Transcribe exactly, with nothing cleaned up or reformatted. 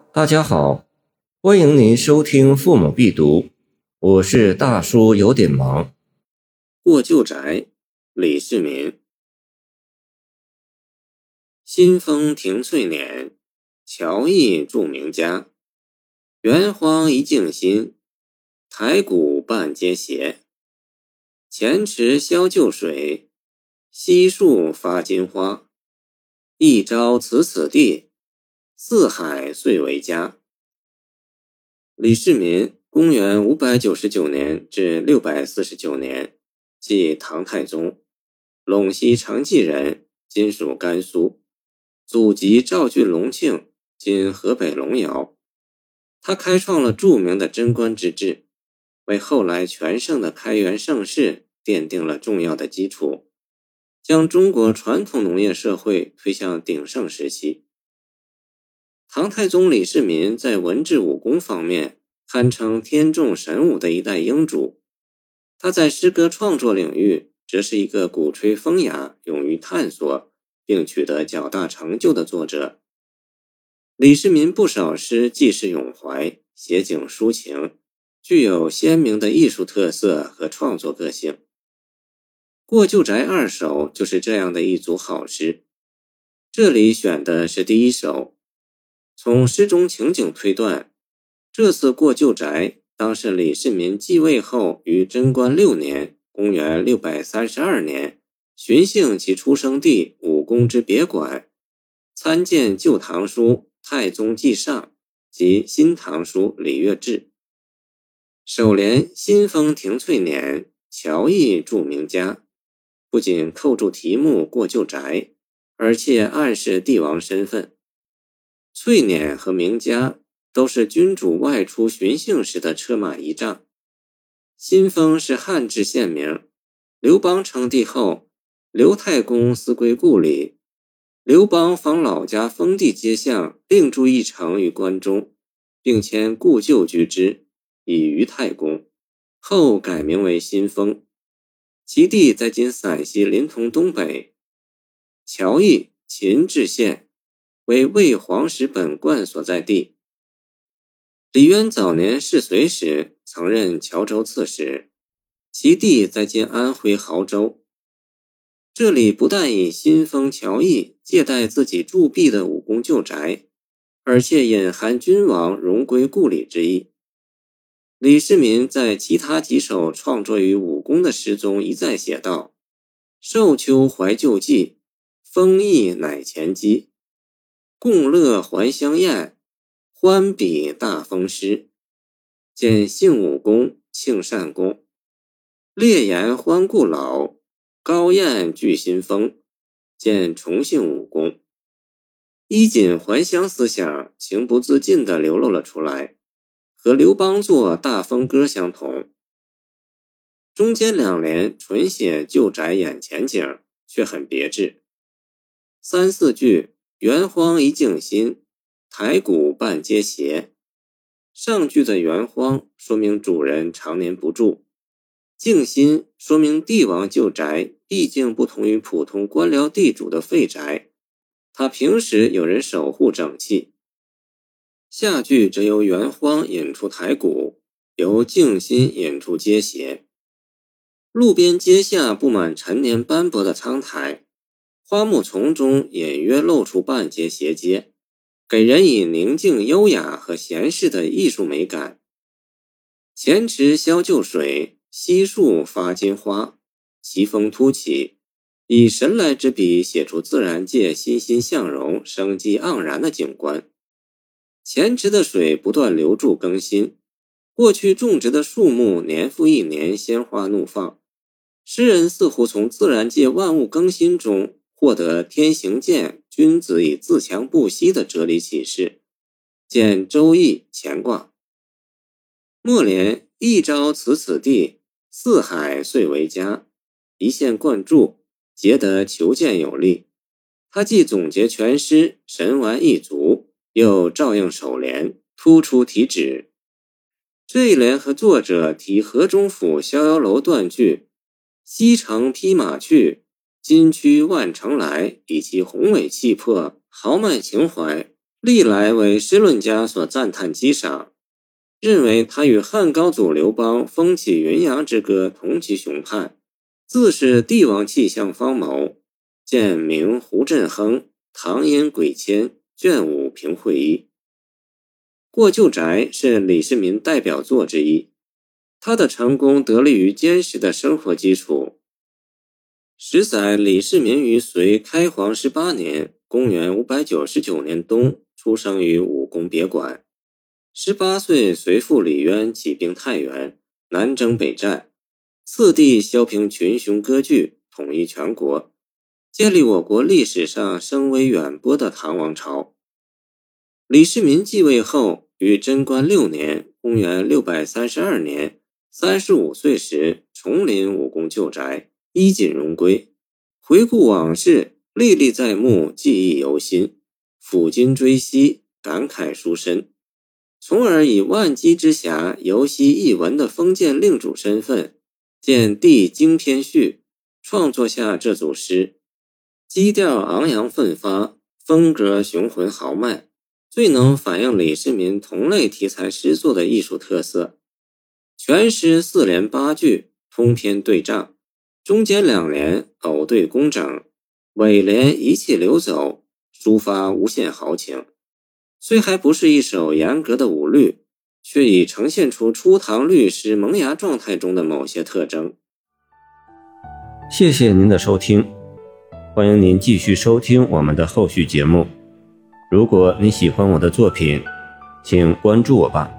大家好，欢迎您收听《父母必读》，我是大叔，有点忙。 过旧宅，李世民。新丰庭翠辇，乔艺著名家。园荒一径新，台谷半阶斜。前池消旧水，西树发金花。一朝辞此地，四海遂为家。李世民，公元五百九十九年至六百四十九年，即唐太宗，陇西长纪人，今属甘肃，祖籍赵郡隆庆，今河北龙窑。他开创了著名的贞观之治，为后来全盛的开元盛世奠定了重要的基础，将中国传统农业社会推向鼎盛时期。唐太宗李世民在文治武功方面堪称天纵神武的一代英主，他在诗歌创作领域则是一个鼓吹风雅、勇于探索并取得较大成就的作者。李世民不少诗既是咏怀，写景抒情，具有鲜明的艺术特色和创作个性。过旧宅二首就是这样的一组好诗，这里选的是第一首。从诗中情景推断，这次过旧宅当是李世民继位后于贞观六年公元六百三十二年巡幸其出生地武功之别馆，参见旧唐书太宗纪上及新唐书礼乐志。首联新丰庭翠辇，乔艺著名家，不仅扣住题目过旧宅，而且暗示帝王身份。翠辇和名家都是君主外出巡幸时的车马仪仗。新丰是汉制县名，刘邦称帝后，刘太公思归故里，刘邦访老家封地街巷，另筑一城于关中，并迁故旧居之，以于太公，后改名为新丰。其地在今陕西临潼东北。乔艺，秦治县，为魏皇室本贯所在地。李渊早年仕隋时曾任谯州刺史，其地在今安徽亳州。这里不但以新丰乔艺借贷自己铸币的武功旧宅，而且隐含君王荣归故里之意。李世民在其他几首创作于武功的诗中一再写道：寿秋怀旧记，丰邑乃前机，共乐还乡宴，欢比大风师。见幸武公，庆善公。烈言欢故老，高宴聚新丰。见重庆武功。衣锦还乡思想情不自禁地流露了出来，和刘邦作《大风歌》相同。中间两联纯写旧宅眼前景，却很别致。三四句园荒一径新，台谷半阶斜。上句的园荒说明主人常年不住，径新说明帝王旧宅毕竟不同于普通官僚地主的废宅，他平时有人守护整齐。下句则由园荒引出台谷，由径新引出阶斜。路边阶下布满陈年斑驳的苍苔，花木丛中隐约露出半阶斜阶，给人以宁静优雅和闲适的艺术美感。前池消旧水，西树发金花，奇峰突起，以神来之笔写出自然界欣欣向荣、生机盎然的景观。前池的水不断流注更新，过去种植的树木年复一年鲜花怒放，诗人似乎从自然界万物更新中获得天行健，君子以自强不息的哲理启示。见周易乾卦。末联一朝辞此地，四海遂为家，一线贯注，结得求见有力。他既总结全诗，神完意足，又照应首联，突出题旨。这一联和作者题河中府逍遥楼断句西城披马去，今驱万城来，以其宏伟气魄、豪迈情怀历来为诗论家所赞叹激赏，认为他与汉高祖刘邦风起云阳之歌同级雄判，自是帝王气象方谋。见明胡振亨唐寅癸谦卷五评会一。过旧宅是李世民代表作之一，他的成功得力于坚实的生活基础。史载李世民于隋开皇十八年公元五百九十九年冬出生于武功别馆，十八岁随父李渊起兵太原，南征北战，次第削平群雄割据，统一全国，建立我国历史上声威远播的唐王朝。李世民继位后，于贞观六年公元六百三十二年三十五岁时重临武功旧宅，衣锦荣归，回顾往事，历历在目，记忆犹新，抚今追昔，感慨殊深，从而以万机之侠游西一文的封建令主身份，见《帝经篇序》，创作下这组诗，基调昂扬奋发，风格雄浑豪迈，最能反映李世民同类题材诗作的艺术特色。全诗四联八句，通篇对仗，中间两联偶对工整，尾联一气流走，抒发无限豪情。虽还不是一首严格的五律，却已呈现出初唐律诗萌芽状态中的某些特征。 谢谢您的收听，欢迎您继续收听我们的后续节目。如果你喜欢我的作品，请关注我吧。